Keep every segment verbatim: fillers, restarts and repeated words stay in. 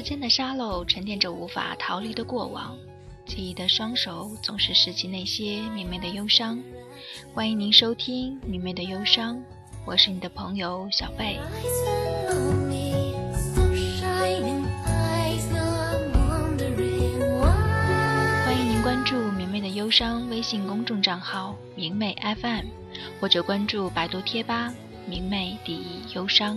间的沙漏沉淀着无法逃离的过往，记忆的双手总是拾起那些绵绵的忧伤。欢迎您收听绵绵的忧伤，我是你的朋友小贝。欢迎您关注绵绵的忧伤微信公众账号明媚 F M， 或者关注百度贴吧明媚第一忧伤。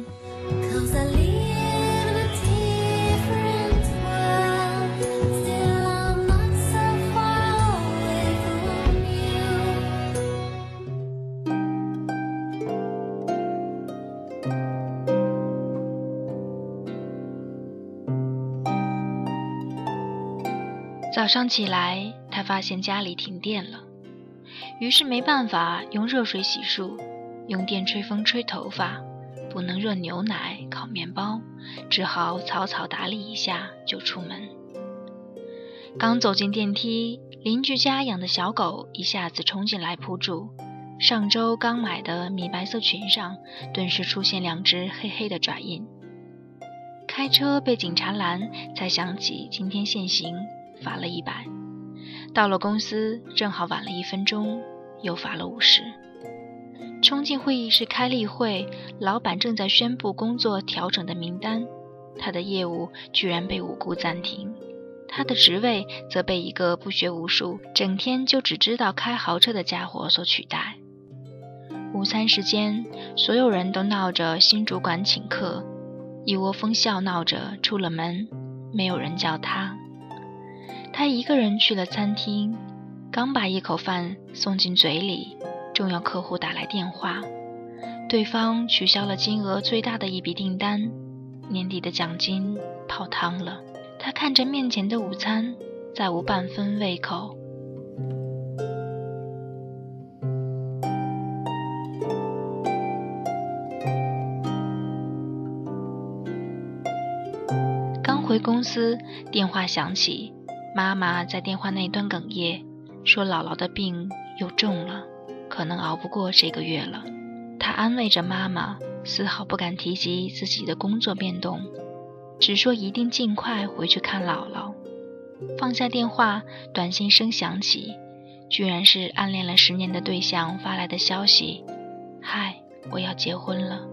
早上起来，他发现家里停电了，于是没办法用热水洗漱，用电吹风吹头发，不能热牛奶烤面包，只好草草打理一下就出门。刚走进电梯，邻居家养的小狗一下子冲进来扑住，上周刚买的米白色裙上顿时出现两只黑黑的爪印。开车被警察拦，才想起今天限行，罚了一百。到了公司正好晚了一分钟，又罚了五十。冲进会议室开例会，老板正在宣布工作调整的名单，他的业务居然被无故暂停，他的职位则被一个不学无术，整天就只知道开豪车的家伙所取代。午餐时间，所有人都闹着新主管请客，一窝蜂笑闹着出了门，没有人叫他。他一个人去了餐厅，刚把一口饭送进嘴里，重要客户打来电话，对方取消了金额最大的一笔订单，年底的奖金泡汤了。他看着面前的午餐，再无半分胃口。刚回公司，电话响起，妈妈在电话那端哽咽，说姥姥的病又重了，可能熬不过这个月了。她安慰着妈妈，丝毫不敢提及自己的工作变动，只说一定尽快回去看姥姥。放下电话，短信声响起，居然是暗恋了十年的对象发来的消息：嗨，我要结婚了。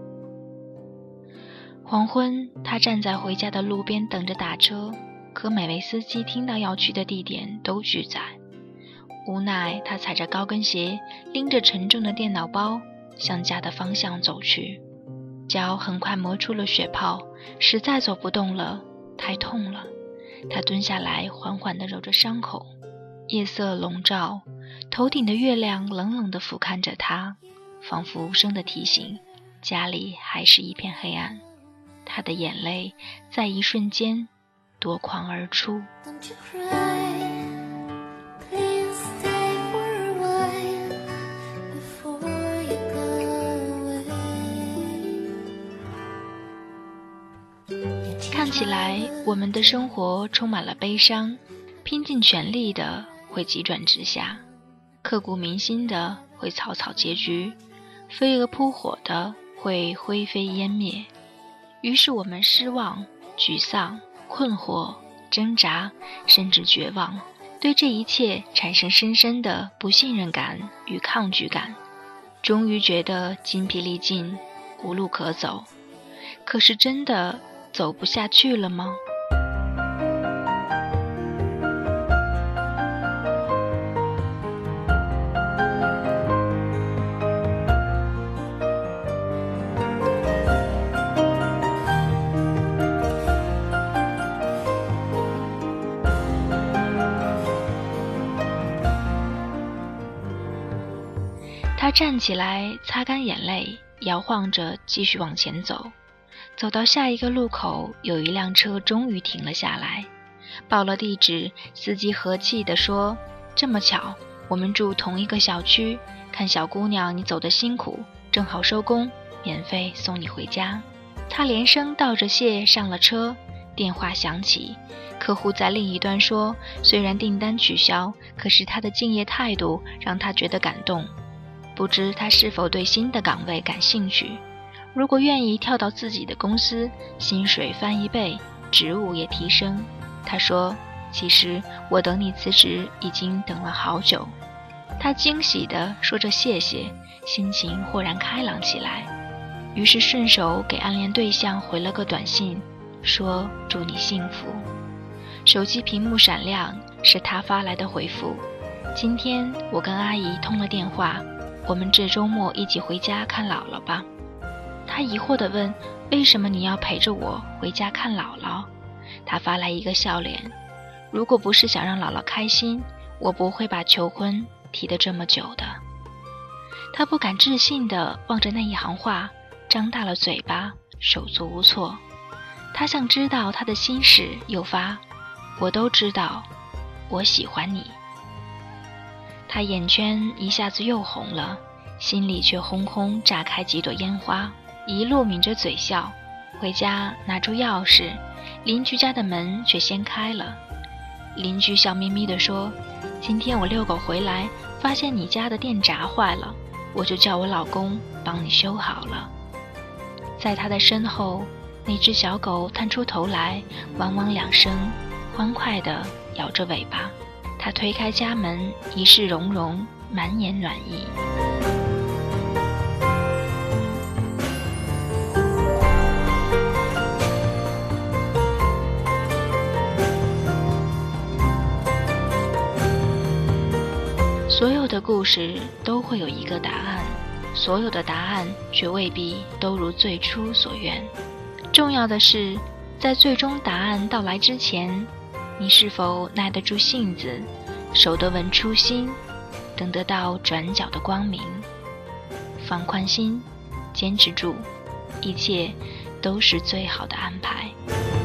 黄昏，他站在回家的路边等着打车，可每位司机听到要去的地点都拒载。无奈他踩着高跟鞋，拎着沉重的电脑包向家的方向走去，脚很快磨出了血泡，实在走不动了，太痛了。他蹲下来缓缓地揉着伤口，夜色笼罩，头顶的月亮冷冷地俯瞰着他，仿佛无声地提醒家里还是一片黑暗。他的眼泪在一瞬间夺眶而出。看起来我们的生活充满了悲伤，拼尽全力的会急转直下，刻骨铭心的会草草结局，飞蛾扑火的会灰飞烟灭。于是我们失望、沮丧、困惑、挣扎，甚至绝望，对这一切产生深深的不信任感与抗拒感，终于觉得筋疲力尽，无路可走。可是真的走不下去了吗？他站起来，擦干眼泪，摇晃着继续往前走。走到下一个路口，有一辆车终于停了下来，报了地址，司机和气地说：这么巧，我们住同一个小区，看小姑娘你走得辛苦，正好收工，免费送你回家。他连声道着谢上了车，电话响起，客户在另一端说，虽然订单取消，可是他的敬业态度让他觉得感动。不知他是否对新的岗位感兴趣，如果愿意跳到自己的公司，薪水翻一倍， 职务也提升。他说，其实我等你辞职已经等了好久。他惊喜地说着谢谢，心情豁然开朗起来，于是顺手给暗恋对象回了个短信，说祝你幸福。手机屏幕闪亮，是他发来的回复，今天我跟阿姨通了电话，我们这周末一起回家看姥姥吧。他疑惑地问，为什么你要陪着我回家看姥姥？他发来一个笑脸，如果不是想让姥姥开心，我不会把求婚提得这么久的。他不敢置信地望着那一行话，张大了嘴巴，手足无措。他像知道他的心事，又发，我都知道，我喜欢你。他眼圈一下子又红了，心里却轰轰炸开几朵烟花，一路抿着嘴笑。回家拿出钥匙，邻居家的门却先开了。邻居笑眯眯地说，今天我遛狗回来，发现你家的电闸坏了，我就叫我老公帮你修好了。在他的身后，那只小狗探出头来，汪汪两声，欢快地摇着尾巴。他推开家门，一世融融，满眼暖意。所有的故事都会有一个答案，所有的答案却未必都如最初所愿。重要的是，在最终答案到来之前，你是否耐得住性子，守得稳初心，等得到转角的光明。放宽心，坚持住，一切都是最好的安排。